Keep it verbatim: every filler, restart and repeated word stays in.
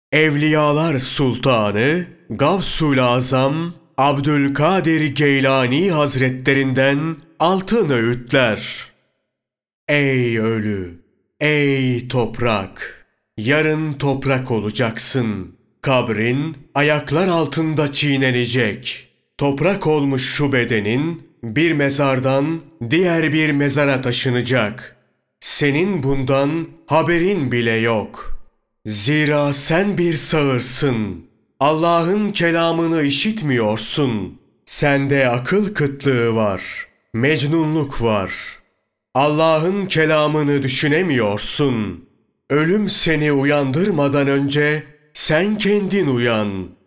Evliyalar Sultanı Gavsul Azam Abdülkadir Geylani Hazretlerinden altın öğütler. Ey ölü, ey toprak! Yarın toprak olacaksın. Kabrin ayaklar altında çiğnenecek. Toprak olmuş şu bedenin bir mezardan diğer bir mezara taşınacak. Senin bundan haberin bile yok. Zira sen bir sağırsın. Allah'ın kelamını işitmiyorsun. Sende akıl kıtlığı var, mecnunluk var. Allah'ın kelamını düşünemiyorsun. Ölüm seni uyandırmadan önce sen kendin uyan.